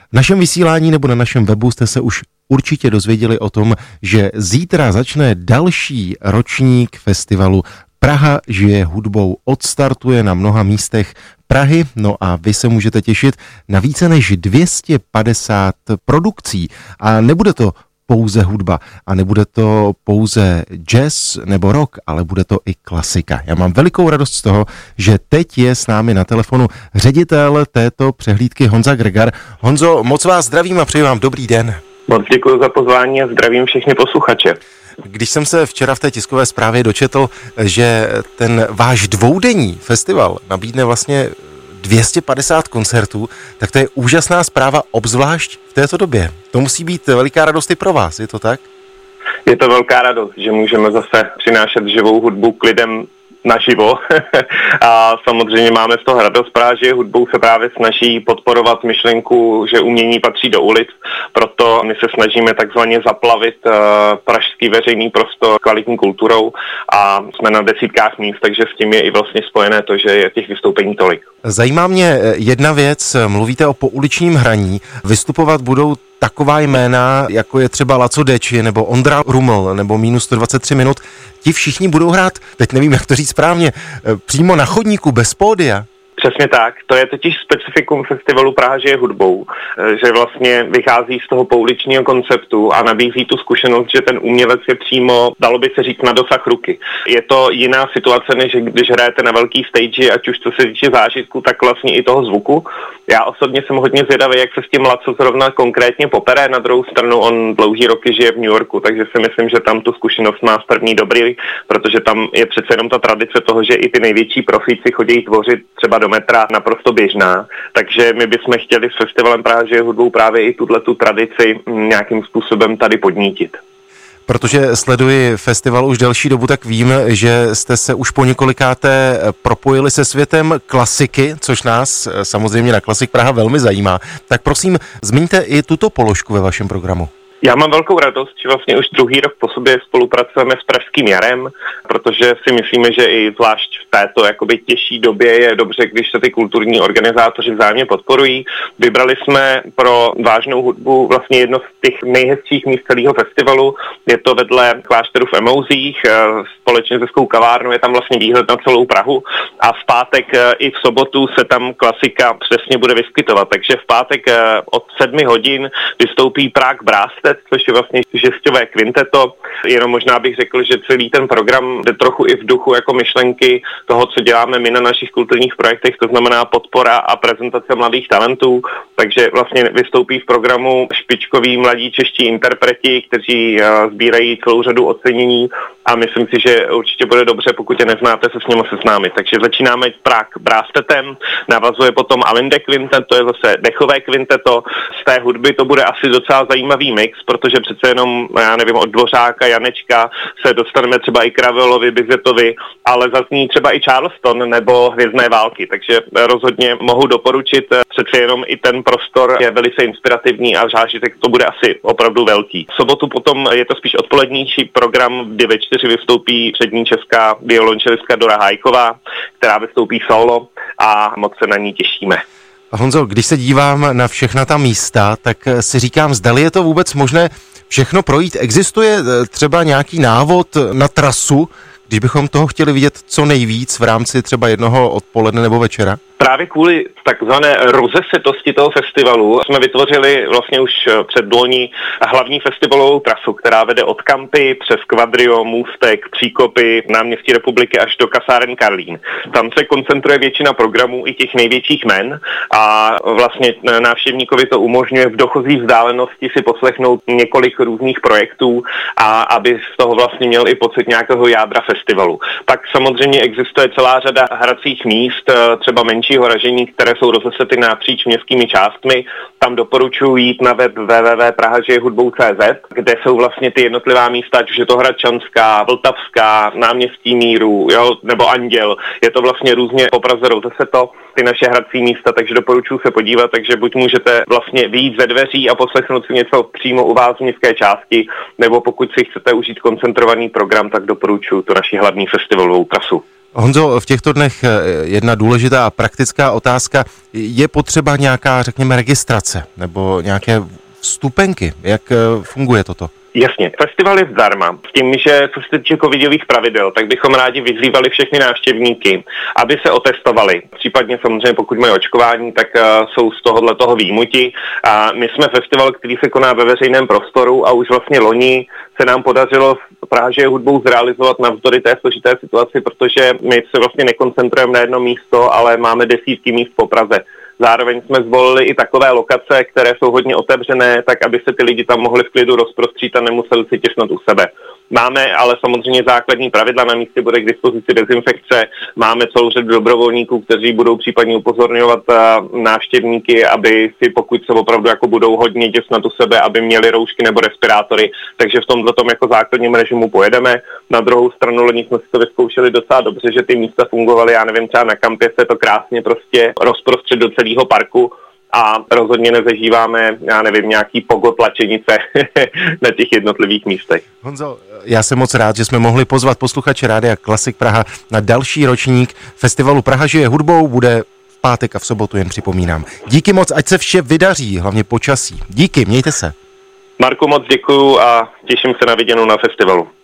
V našem vysílání nebo na našem webu jste se už určitě dozvěděli o tom, že zítra začne další ročník festivalu Praha žije hudbou. Odstartuje na mnoha místech Prahy, no a vy se můžete těšit na více než 250 produkcí. A nebude to pouze hudba a nebude to pouze jazz nebo rock, ale bude to i klasika. Já mám velikou radost z toho, že teď je s námi na telefonu ředitel této přehlídky Honza Gregar. Honzo, moc vás zdravím a přeji vám dobrý den. Moc děkuji za pozvání a zdravím všechny posluchače. Když jsem se včera v té tiskové zprávě dočetl, že ten váš dvoudenní festival nabídne vlastně 250 koncertů, tak to je úžasná zpráva, obzvlášť v této době. To musí být veliká radost i pro vás, je to tak? Je to velká radost, že můžeme zase přinášet živou hudbu k lidem naživo a samozřejmě máme z toho radost. Právě hudbou se právě snaží podporovat myšlenku, že umění patří do ulic, proto my se snažíme takzvaně zaplavit pražský veřejný prostor kvalitní kulturou a jsme na desítkách míst, takže s tím je i vlastně spojené to, že je těch vystoupení tolik. Zajímá mě jedna věc, mluvíte o pouličním hraní, vystupovat budou taková jména, jako je třeba Laco Deči nebo Ondra Ruml nebo Minus 123 minut. Ti všichni budou hrát, teď nevím, jak to říct správně, přímo na chodníku, bez pódia. Přesně tak, to je totiž specifikum festivalu Praha žije hudbou, že vlastně vychází z toho pouličního konceptu a nabízí tu zkušenost, že ten umělec je přímo, dalo by se říct, na dosah ruky. Je to jiná situace, než když hrajete na velký stage, ať už co se týče zážitku, tak vlastně i toho zvuku. Já osobně jsem hodně zvědavý, jak se s tím Laco zrovna konkrétně popere, na druhou stranu on dlouhý roky žije v New Yorku, takže si myslím, že tam tu zkušenost má z první dobrý, protože tam je přece jenom ta tradice toho, že i ty největší profíci chodí tvořit třeba do metra naprosto běžná, takže my bychom chtěli s festivalem Praha žije hudbou právě i tu tradici nějakým způsobem tady podnítit. Protože sleduji festival už delší dobu, tak vím, že jste se už po několikáté propojili se světem klasiky, což nás samozřejmě na Klasik Praha velmi zajímá. Tak prosím, zmiňte i tuto položku ve vašem programu. Já mám velkou radost, že vlastně už druhý rok po sobě spolupracujeme s Pražským jarem, protože si myslíme, že i zvlášť v této jakoby těžší době je dobře, když se ty kulturní organizátoři vzájemně podporují. Vybrali jsme pro vážnou hudbu vlastně jedno z těch nejhezčích míst celého festivalu. Je to vedle klášteru v Emouzích, společně se Skou kavárnou je tam vlastně výhled na celou Prahu a v pátek i v sobotu se tam klasika přesně bude vyskytovat. Takže v pátek od 7 hodin vystoupí Prague Brass, což je vlastně žesťové kvinteto. Jenom možná bych řekl, že celý ten program jde trochu i v duchu jako myšlenky toho, co děláme my na našich kulturních projektech, to znamená podpora a prezentace mladých talentů. Takže vlastně vystoupí v programu špičkoví mladí čeští interpreti, kteří sbírají celou řadu ocenění a myslím si, že určitě bude dobře, pokud je neznáte, se s nimi seznámit. Takže začínáme Prague Brasstetem, navazuje potom Alinde Quintet, to je zase dechové kvinteto. Z té hudby to bude asi docela zajímavý mix, protože přece jenom, já nevím, od Dvořáka, Janečka se dostaneme třeba i k Ravelovi, Bizetovi, ale zazní třeba i Charleston nebo Hvězdné války, takže rozhodně mohu doporučit, přece jenom i ten prostor je velice inspirativní a zážitek to bude asi opravdu velký. V sobotu potom je to spíš odpolednější program, kdy ve 4 vystoupí přední česká violončelistka Dora Hájková, která vystoupí solo a moc se na ní těšíme. Honzo, když se dívám na všechna ta místa, tak si říkám, zdali je to vůbec možné všechno projít. Existuje třeba nějaký návod na trasu, když bychom toho chtěli vidět co nejvíc v rámci třeba jednoho odpoledne nebo večera? Právě kvůli takzvané rozesetosti toho festivalu jsme vytvořili vlastně už předloni hlavní festivalovou trasu, která vede od Kampy přes Kvadrio, Můstek, Příkopy, Náměstí Republiky až do kasáren Karlín. Tam se koncentruje většina programů i těch největších jmen a vlastně návštěvníkovi to umožňuje v dochozí vzdálenosti si poslechnout několik různých projektů a aby z toho vlastně měl i pocit nějakého jádra festivalu. Pak samozřejmě existuje celá řada hracích míst, třeba menšího ražení, které jsou rozesety napříč městskými částmi. Tam doporučuji jít na web www.prahajehudbou.cz, kde jsou vlastně ty jednotlivá místa, ať už je to Hradčanská, Vltavská, Náměstí Míru, jo, nebo Anděl. Je to vlastně různě po Praze rozeseto, ty naše hrací místa, takže doporučuji se podívat, takže buď můžete vlastně vyjít ze dveří a poslechnout si něco přímo u vás v městské části, nebo pokud si chcete užít koncentrovaný program, tak doporučuji tu naši hlavní festivalovou trasu. Honzo, v těchto dnech jedna důležitá a praktická otázka. Je potřeba nějaká, řekněme, registrace nebo nějaké vstupenky? Jak funguje toto? Jasně, festival je zdarma. S tím, že co se týče covidových pravidel, tak bychom rádi vyzývali všechny návštěvníky, aby se otestovali. Případně samozřejmě, pokud mají očkování, tak jsou z toho výjimuti. A my jsme festival, který se koná ve veřejném prostoru a už vlastně loni se nám podařilo Praha žije hudbou zrealizovat navzdory té složité situaci, protože my se vlastně nekoncentrujeme na jedno místo, ale máme desítky míst po Praze. Zároveň jsme zvolili i takové lokace, které jsou hodně otevřené, tak aby se ty lidi tam mohli v klidu rozprostřít a nemuseli si těsnat u sebe. Máme ale samozřejmě základní pravidla, na místě bude k dispozici dezinfekce, máme celou řadu dobrovolníků, kteří budou případně upozorňovat návštěvníky, aby si, pokud se opravdu jako budou hodně těsnat u sebe, aby měli roušky nebo respirátory, takže v tomto tom jako základním režimu pojedeme. Na druhou stranu loni jsme si to vyzkoušeli docela dobře, že ty místa fungovaly, já nevím, třeba na kampě se to krásně prostě rozprostřed do celého parku, a rozhodně nezažíváme, já nevím, nějaký pogo tlačenice na těch jednotlivých místech. Honzo, já jsem moc rád, že jsme mohli pozvat posluchače Rádia Klasik Praha na další ročník festivalu Praha žije hudbou, bude v pátek a v sobotu, jen připomínám. Díky moc, ať se vše vydaří, hlavně počasí. Díky, mějte se. Marku, moc děkuju a těším se na viděnou na festivalu.